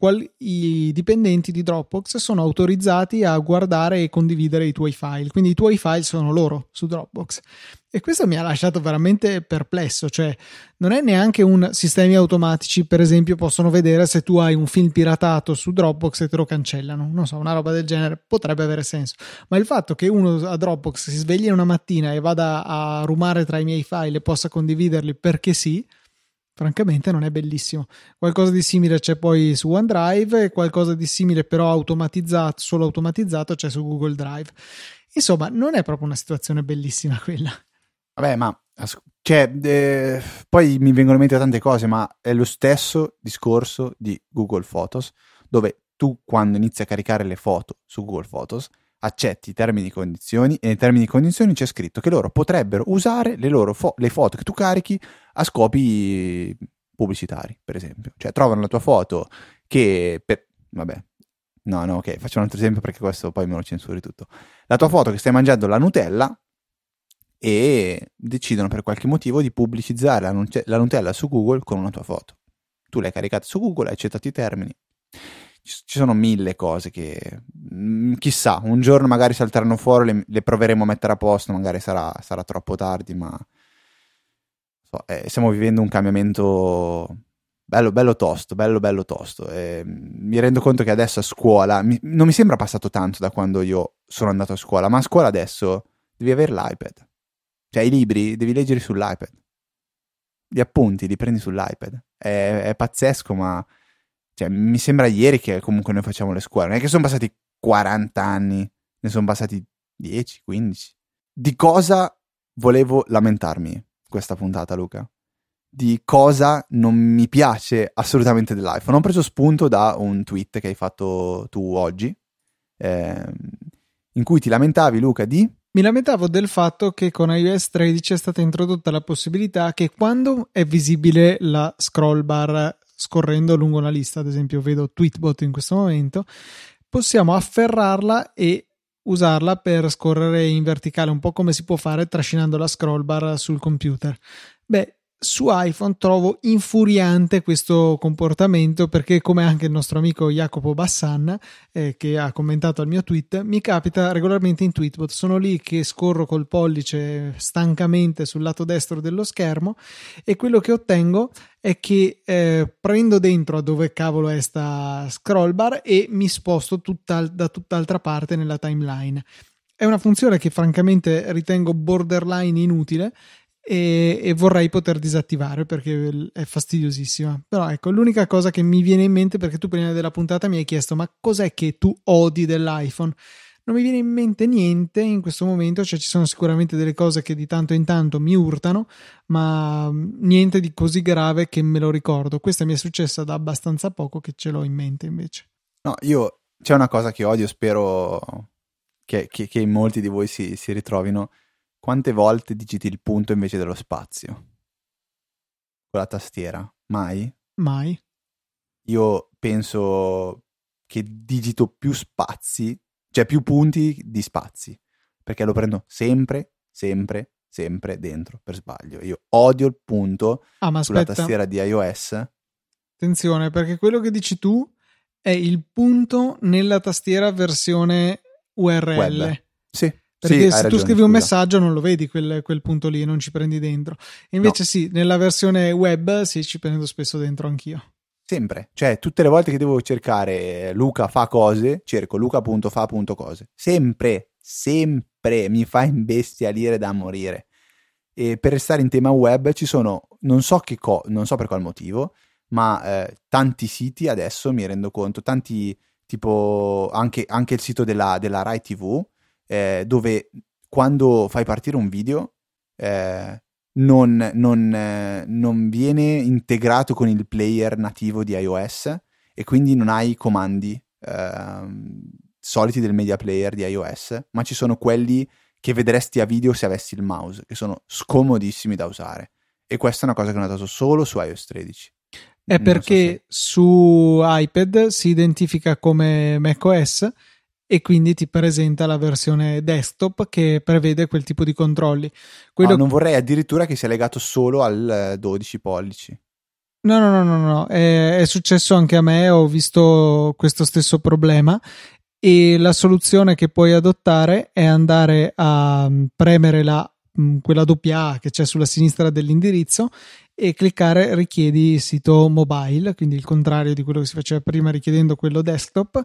i dipendenti di Dropbox sono autorizzati a guardare e condividere i tuoi file, quindi i tuoi file sono loro su Dropbox. E questo mi ha lasciato veramente perplesso, cioè non è neanche un sistemi automatici, per esempio, possono vedere se tu hai un film piratato su Dropbox e te lo cancellano, non so, una roba del genere potrebbe avere senso, ma il fatto che uno a Dropbox si svegli una mattina e vada a rumare tra i miei file e possa condividerli perché sì, francamente non è bellissimo. Qualcosa di simile c'è poi su OneDrive, e qualcosa di simile però automatizzato, solo automatizzato, c'è su Google Drive. Insomma, non è proprio una situazione bellissima quella. Vabbè, ma cioè, eh, poi mi vengono in mente tante cose, ma è lo stesso discorso di Google Photos, dove tu, quando inizi a caricare le foto su Google Photos, accetti i termini e condizioni, e nei termini e condizioni c'è scritto che loro potrebbero usare le loro fo- le foto che tu carichi a scopi pubblicitari, per esempio. Cioè trovano la tua foto che per... vabbè, no, no, ok, faccio un altro esempio perché questo poi me lo censuri tutto. La tua foto che stai mangiando la Nutella, e decidono per qualche motivo di pubblicizzare la, nut- la Nutella su Google con una tua foto. Tu l'hai caricata su Google, hai accettato i termini. Ci sono mille cose che mh, chissà, un giorno magari salteranno fuori, le, le proveremo a mettere a posto, magari sarà, sarà troppo tardi, ma so, eh, stiamo vivendo un cambiamento bello bello tosto, bello bello tosto. E mi rendo conto che adesso a scuola, mi, non mi sembra passato tanto da quando io sono andato a scuola, ma a scuola adesso devi avere l'iPad, cioè i libri devi leggere sull'iPad, gli appunti li prendi sull'iPad, è, è pazzesco, ma cioè, mi sembra ieri che comunque noi facciamo le scuole. Non è che sono passati quaranta anni, ne sono passati dieci, quindici. Di cosa volevo lamentarmi questa puntata, Luca? Di cosa non mi piace assolutamente dell'iPhone. Ho preso spunto da un tweet che hai fatto tu oggi, eh, in cui ti lamentavi, Luca, di... Mi lamentavo del fatto che con iOS tredici è stata introdotta la possibilità che quando è visibile la scroll bar scorrendo lungo una lista, ad esempio vedo Tweetbot in questo momento, possiamo afferrarla e usarla per scorrere in verticale, un po' come si può fare trascinando la scroll bar sul computer. Beh, su iPhone trovo infuriante questo comportamento, perché come anche il nostro amico Jacopo Bassan eh, che ha commentato al mio tweet, mi capita regolarmente in Tweetbot, sono lì che scorro col pollice stancamente sul lato destro dello schermo e quello che ottengo è che eh, prendo dentro a dove cavolo è sta scroll bar e mi sposto tutta, da tutt'altra parte nella timeline. È una funzione che francamente ritengo borderline inutile E, e vorrei poter disattivare perché è fastidiosissima. Però ecco, l'unica cosa che mi viene in mente, perché tu prima della puntata mi hai chiesto ma cos'è che tu odi dell'iPhone, non mi viene in mente niente in questo momento. Cioè, ci sono sicuramente delle cose che di tanto in tanto mi urtano, ma niente di così grave che me lo ricordo. Questa mi è successa da abbastanza poco che ce l'ho in mente invece. No, io c'è una cosa che odio, spero che, che, che in molti di voi si, si ritrovino. Quante volte digiti il punto invece dello spazio? Con la tastiera? Mai? Mai. Io penso che digito più spazi, cioè più punti di spazi, perché lo prendo sempre, sempre, sempre dentro per sbaglio. Io odio il punto ah, ma sulla aspetta. tastiera di iOS. Attenzione, perché quello che dici tu è il punto nella tastiera versione U R L. Web. Sì. Perché sì, se ragione, tu scrivi scusa. un messaggio non lo vedi quel, quel punto lì, non ci prendi dentro. E invece no. Sì, nella versione web sì, ci prendo spesso dentro anch'io. Sempre, cioè tutte le volte che devo cercare Luca fa cose, cerco luca.fa.cose. Sempre, sempre, mi fa imbestialire da morire. E per restare in tema web ci sono, non so che co- non so per qual motivo, ma eh, tanti siti adesso, mi rendo conto, tanti tipo anche, anche il sito della, della Rai T V, Eh, dove quando fai partire un video eh, non, non, eh, non viene integrato con il player nativo di iOS e quindi non hai i comandi eh, soliti del media player di iOS, ma ci sono quelli che vedresti a video se avessi il mouse, che sono scomodissimi da usare, e questa è una cosa che ho notato solo su iOS tredici. È perché so se... su iPad si identifica come macOS e quindi ti presenta la versione desktop che prevede quel tipo di controlli. Quello... Ah, non vorrei addirittura che sia legato solo al dodici pollici. No, no, no, no, no. È, è successo anche a me, ho visto questo stesso problema e la soluzione che puoi adottare è andare a premere la, quella doppia A che c'è sulla sinistra dell'indirizzo e cliccare richiedi sito mobile, quindi il contrario di quello che si faceva prima richiedendo quello desktop,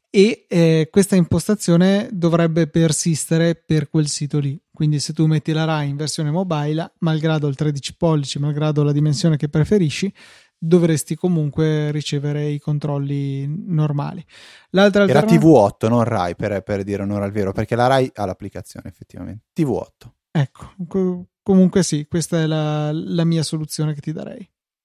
e eh, questa impostazione dovrebbe persistere per quel sito lì. Quindi se tu metti la Rai in versione mobile, malgrado il tredici pollici, malgrado la dimensione che preferisci, dovresti comunque ricevere i controlli normali. L'altra Era alternativa... T V otto, non Rai, per, per dire onore al vero, perché la Rai ha l'applicazione effettivamente. T V otto. Ecco, co- comunque sì, questa è la, la mia soluzione che ti darei.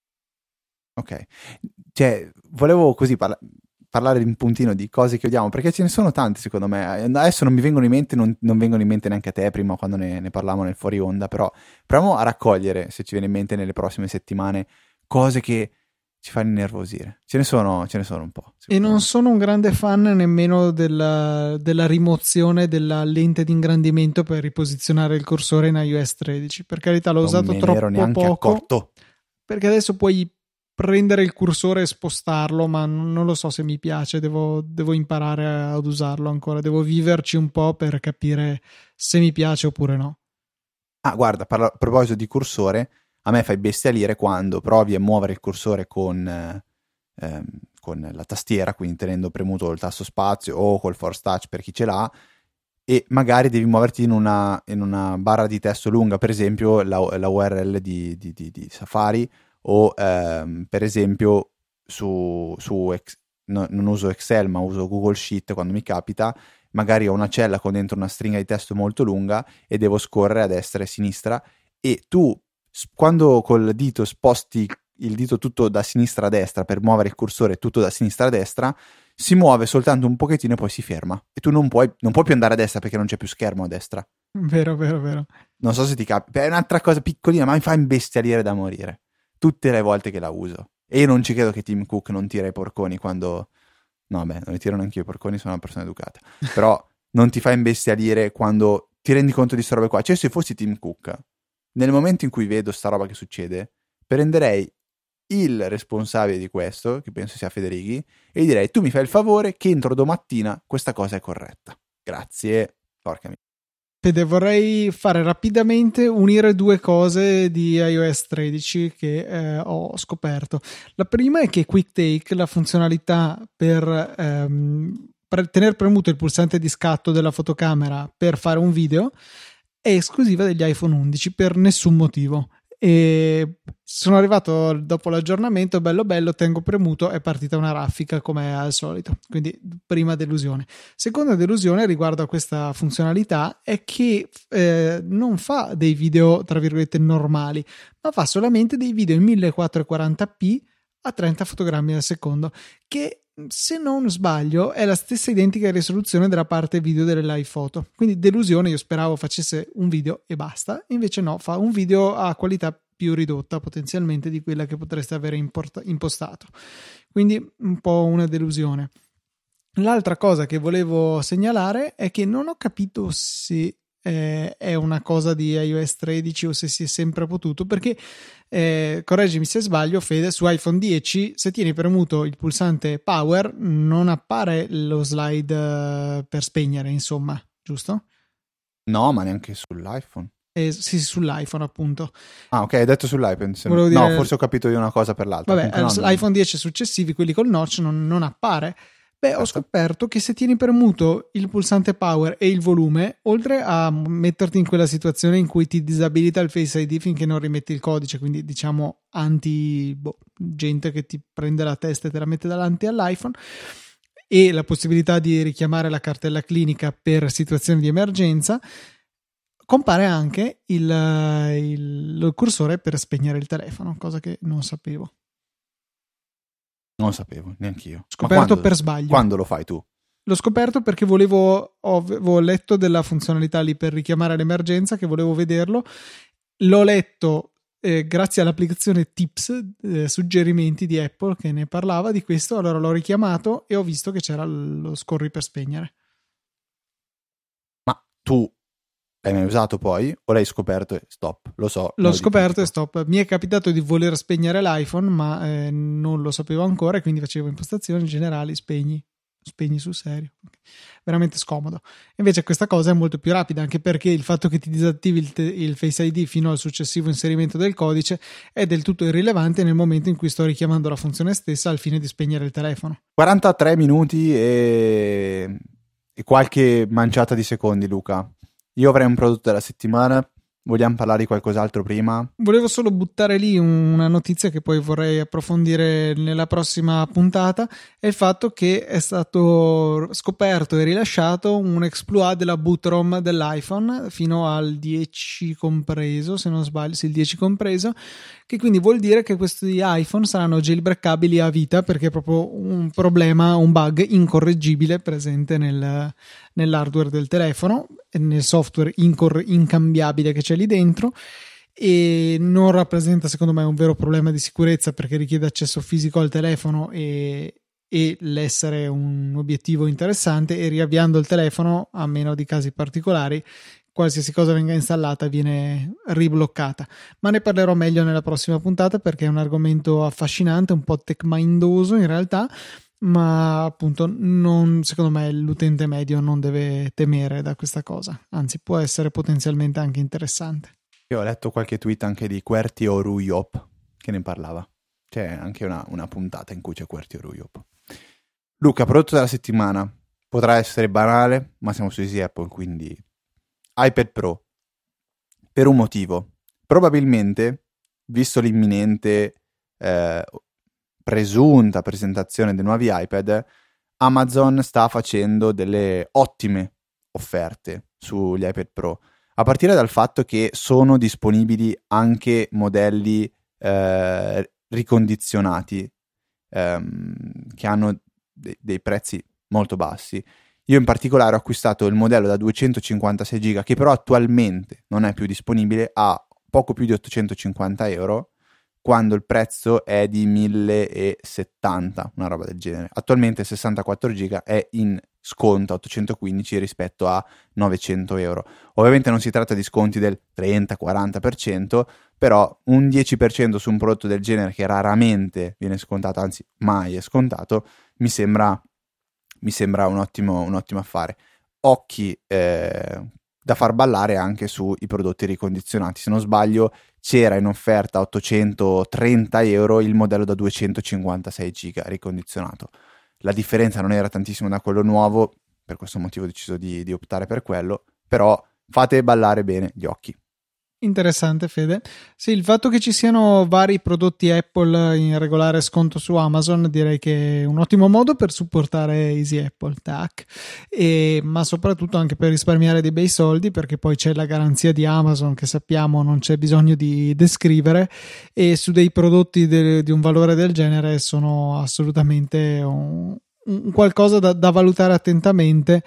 Ok, cioè volevo così parla- parlare un puntino di cose che odiamo, perché ce ne sono tante secondo me. Adesso non mi vengono in mente, non, non vengono in mente neanche a te prima quando ne, ne parlavamo nel fuori onda, però proviamo a raccogliere, se ci viene in mente nelle prossime settimane, cose che ci fanno innervosire. Ce ne sono, ce ne sono un po'. E non sono un grande fan nemmeno della, della rimozione della lente di ingrandimento per riposizionare il cursore in iOS tredici. Per carità, l'ho non usato me troppo ne ero neanche poco. Accorto. Perché adesso puoi prendere il cursore e spostarlo, ma non lo so se mi piace. Devo, devo imparare ad usarlo ancora. Devo viverci un po' per capire se mi piace oppure no. Ah, guarda, parla- a proposito di cursore, a me fai bestialire quando provi a muovere il cursore con, ehm, con la tastiera, quindi tenendo premuto il tasto spazio o col force touch per chi ce l'ha, e magari devi muoverti in una, in una barra di testo lunga, per esempio la, la U R L di, di, di, di Safari, o ehm, per esempio su, su ex, no, non uso Excel ma uso Google Sheet quando mi capita, magari ho una cella con dentro una stringa di testo molto lunga e devo scorrere a destra e a sinistra, e tu quando col dito sposti il dito tutto da sinistra a destra per muovere il cursore tutto da sinistra a destra, si muove soltanto un pochettino e poi si ferma, e tu non puoi, non puoi più andare a destra perché non c'è più schermo a destra. Vero, vero, vero. Non so se ti capita, è un'altra cosa piccolina, ma mi fa imbestialire da morire. Tutte le volte che la uso. E io non ci credo che Tim Cook non tira i porconi quando... No, beh, non li tiro neanche io i porconi, sono una persona educata. Però non ti fa imbestialire quando ti rendi conto di queste robe qua. Cioè, se fossi Tim Cook, nel momento in cui vedo sta roba che succede, prenderei il responsabile di questo, che penso sia Federighi, e gli direi: tu mi fai il favore che entro domattina questa cosa è corretta. Grazie. Porca mia. Fede, vorrei fare rapidamente unire due cose di iOS tredici che eh, ho scoperto. La prima è che QuickTake, la funzionalità per, ehm, per tenere premuto il pulsante di scatto della fotocamera per fare un video, è esclusiva degli iPhone undici per nessun motivo. E sono arrivato dopo l'aggiornamento, bello bello, tengo premuto, è partita una raffica come al solito, quindi prima delusione. Seconda delusione riguardo a questa funzionalità è che eh, non fa dei video tra virgolette normali, ma fa solamente dei video in millequattrocentoquaranta p a trenta fotogrammi al secondo, che se non sbaglio è la stessa identica risoluzione della parte video delle live photo. Quindi delusione, io speravo facesse un video e basta, invece no, fa un video a qualità più ridotta potenzialmente di quella che potreste avere import- impostato. Quindi un po' una delusione. L'altra cosa che volevo segnalare è che non ho capito se eh, è una cosa di iOS tredici o se si è sempre potuto, perché eh, correggimi se sbaglio, Fede, su iPhone dieci se tieni premuto il pulsante power non appare lo slide eh, per spegnere, insomma, giusto? No, ma neanche sull'iPhone. Eh, sì, sull'iPhone appunto. Ah, ok, hai detto sull'iPhone. Se... Dire... No, forse ho capito io una cosa per l'altra. Vabbè, no, l'iPhone non... dieci successivi, quelli col notch, non, non appare. Beh, ho scoperto che se tieni premuto il pulsante power e il volume, oltre a metterti in quella situazione in cui ti disabilita il Face I D finché non rimetti il codice, quindi diciamo anti boh, gente che ti prende la testa e te la mette davanti all'iPhone, e la possibilità di richiamare la cartella clinica per situazioni di emergenza, compare anche il, il, il cursore per spegnere il telefono, cosa che non sapevo. Non lo sapevo, neanch'io. Scoperto quando, per sbaglio. Quando lo fai tu? L'ho scoperto perché volevo, avevo letto della funzionalità lì per richiamare l'emergenza, che volevo vederlo. L'ho letto eh, grazie all'applicazione Tips, eh, suggerimenti di Apple che ne parlava di questo. Allora l'ho richiamato e ho visto che c'era lo scorri per spegnere. Ma tu l'hai mai usato poi? O l'hai scoperto e stop? Lo so. L'ho scoperto e stop. Mi è capitato di voler spegnere l'iPhone, ma eh, non lo sapevo ancora, e quindi facevo impostazioni generali, spegni, spegni sul serio. Veramente scomodo. Invece questa cosa è molto più rapida, anche perché il fatto che ti disattivi il, te- il Face I D fino al successivo inserimento del codice è del tutto irrilevante nel momento in cui sto richiamando la funzione stessa al fine di spegnere il telefono. quarantatré minuti e, e qualche manciata di secondi, Luca. Io avrei un prodotto della settimana. Vogliamo parlare di qualcos'altro prima? Volevo solo buttare lì una notizia che poi vorrei approfondire nella prossima puntata. È il fatto che è stato scoperto e rilasciato un exploit della boot ROM dell'iPhone fino al dieci compreso, se non sbaglio, sì, il dieci compreso, che quindi vuol dire che questi iPhone saranno jailbreakabili a vita, perché è proprio un problema, un bug incorreggibile presente nel, nell'hardware del telefono e nel software incor- incambiabile che c'è lì dentro, e non rappresenta secondo me un vero problema di sicurezza, perché richiede accesso fisico al telefono e, e l'essere un obiettivo interessante, e riavviando il telefono, a meno di casi particolari, qualsiasi cosa venga installata viene ribloccata. Ma ne parlerò meglio nella prossima puntata, perché è un argomento affascinante, un po' tech-mindoso in realtà, ma appunto non, secondo me l'utente medio non deve temere da questa cosa, anzi può essere potenzialmente anche interessante. Io ho letto qualche tweet anche di Qwerty Oruyop che ne parlava. C'è anche una, una puntata in cui c'è Qwerty Oruyop. Luca, prodotto della settimana. Potrà essere banale, ma siamo su Easy Apple, quindi iPad Pro. Per un motivo. Probabilmente, visto l'imminente eh, presunta presentazione dei nuovi iPad, Amazon sta facendo delle ottime offerte sugli iPad Pro, a partire dal fatto che sono disponibili anche modelli eh, ricondizionati ehm, che hanno de- dei prezzi molto bassi. Io in particolare ho acquistato il modello da duecentocinquantasei giga, che però attualmente non è più disponibile, a poco più di ottocentocinquanta euro, quando il prezzo è di millesettanta, una roba del genere. Attualmente il sessantaquattro giga è in sconto a ottocentoquindici rispetto a novecento euro. Ovviamente non si tratta di sconti del trenta quaranta per cento, però un dieci per cento su un prodotto del genere, che raramente viene scontato, anzi mai è scontato, mi sembra, mi sembra un ottimo, un ottimo affare. Occhi eh, da far ballare anche sui prodotti ricondizionati. Se non sbaglio c'era in offerta a ottocentotrenta euro il modello da duecentocinquantasei giga ricondizionato. La differenza non era tantissimo da quello nuovo, per questo motivo ho deciso di, di optare per quello, però fate ballare bene gli occhi. Interessante, Fede. Sì, il fatto che ci siano vari prodotti Apple in regolare sconto su Amazon direi che è un ottimo modo per supportare Easy Apple, tac, e, ma soprattutto anche per risparmiare dei bei soldi, perché poi c'è la garanzia di Amazon che sappiamo non c'è bisogno di descrivere, e su dei prodotti de, di un valore del genere sono assolutamente un, un qualcosa da, da valutare attentamente,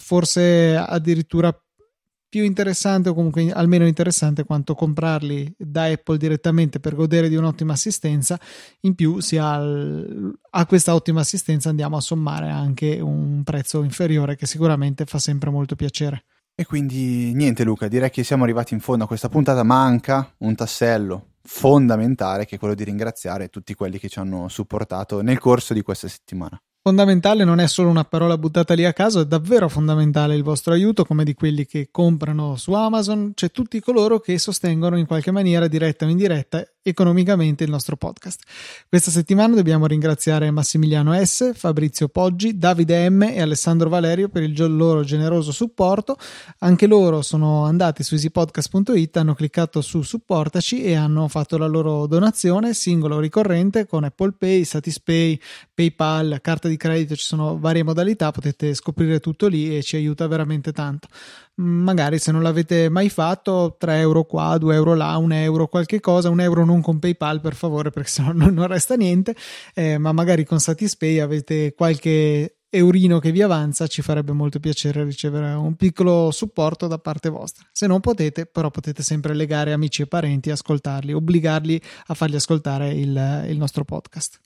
forse addirittura più interessante, o comunque almeno interessante, quanto comprarli da Apple direttamente per godere di un'ottima assistenza. In più si ha il, a questa ottima assistenza andiamo a sommare anche un prezzo inferiore, che sicuramente fa sempre molto piacere. E quindi niente, Luca, direi che siamo arrivati in fondo a questa puntata. Manca un tassello fondamentale, che è quello di ringraziare tutti quelli che ci hanno supportato nel corso di questa settimana. Fondamentale non è solo una parola buttata lì a caso, è davvero fondamentale il vostro aiuto, come di quelli che comprano su Amazon. C'è tutti coloro che sostengono in qualche maniera, diretta o indiretta, economicamente il nostro podcast. Questa settimana dobbiamo ringraziare Massimiliano S, Fabrizio Poggi, Davide M e Alessandro Valerio per il loro generoso supporto. Anche loro sono andati su easypodcast punto it, hanno cliccato su supportaci e hanno fatto la loro donazione singola o ricorrente con Apple Pay, Satispay, PayPal, carta di credito. Ci sono varie modalità, potete scoprire tutto lì e ci aiuta veramente tanto. Magari se non l'avete mai fatto, tre euro qua, due euro là, un euro qualche cosa, un euro non con PayPal per favore, perché sennò non resta niente, eh, ma magari con Satispay avete qualche eurino che vi avanza, ci farebbe molto piacere ricevere un piccolo supporto da parte vostra. Se non potete, però potete sempre legare amici e parenti, ascoltarli, obbligarli a fargli ascoltare il, il nostro podcast.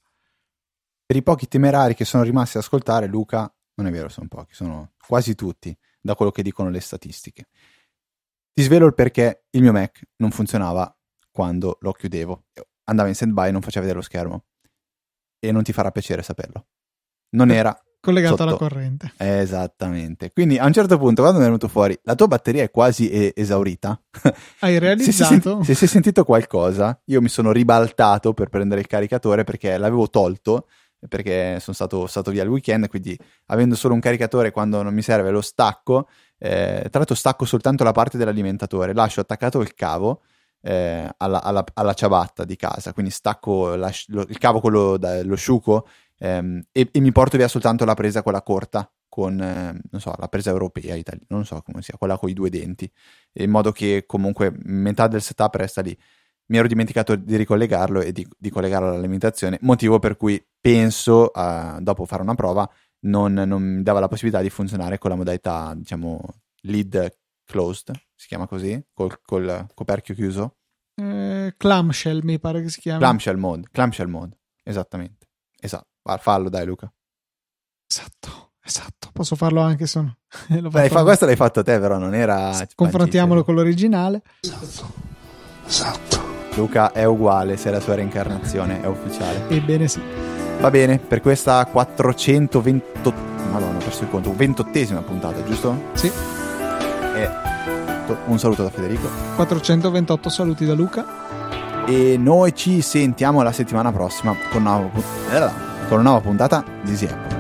Per i pochi temerari che sono rimasti ad ascoltare, Luca, non è vero, sono pochi, sono quasi tutti, da quello che dicono le statistiche. Ti svelo il perché il mio Mac non funzionava quando lo chiudevo, andava in stand-by e non faceva vedere lo schermo, e non ti farà piacere saperlo. Non era collegato sotto... alla corrente. Esattamente. Quindi a un certo punto, quando mi è venuto fuori la tua batteria è quasi e- esaurita, hai realizzato? se, si senti, se si è sentito qualcosa, io mi sono ribaltato per prendere il caricatore, perché l'avevo tolto, perché sono stato, stato via il weekend, quindi avendo solo un caricatore quando non mi serve lo stacco. Eh, tra l'altro stacco soltanto la parte dell'alimentatore, lascio attaccato il cavo eh, alla, alla, alla ciabatta di casa, quindi stacco la, lo, il cavo, quello da, lo sciuco, ehm, e, e mi porto via soltanto la presa, quella corta, con eh, non so, la presa europea, italiana, non so come sia, quella con i due denti, in modo che comunque metà del setup resta lì. Mi ero dimenticato di ricollegarlo e di, di collegarlo all'alimentazione, motivo per cui penso, uh, dopo fare una prova, non, non mi dava la possibilità di funzionare con la modalità, diciamo, lid closed, si chiama così, col, col coperchio chiuso. Eh, clamshell mi pare che si chiami. Clamshell mode, clamshell mode, esattamente. Esatto, fallo dai Luca. Esatto, esatto, posso farlo anche se no. Beh, fa, questo l'hai fatto te, però non era... Confrontiamolo con l'originale. Esatto, esatto. Luca è uguale, se è la sua reincarnazione, è ufficiale. Ebbene sì. Va bene, per questa quattrocentoventotto, madonna, ho perso il conto, ventottesima puntata, giusto? Sì. E un saluto da Federico. quattrocentoventotto saluti da Luca. E noi ci sentiamo la settimana prossima con una, con una nuova puntata di Easy Apple.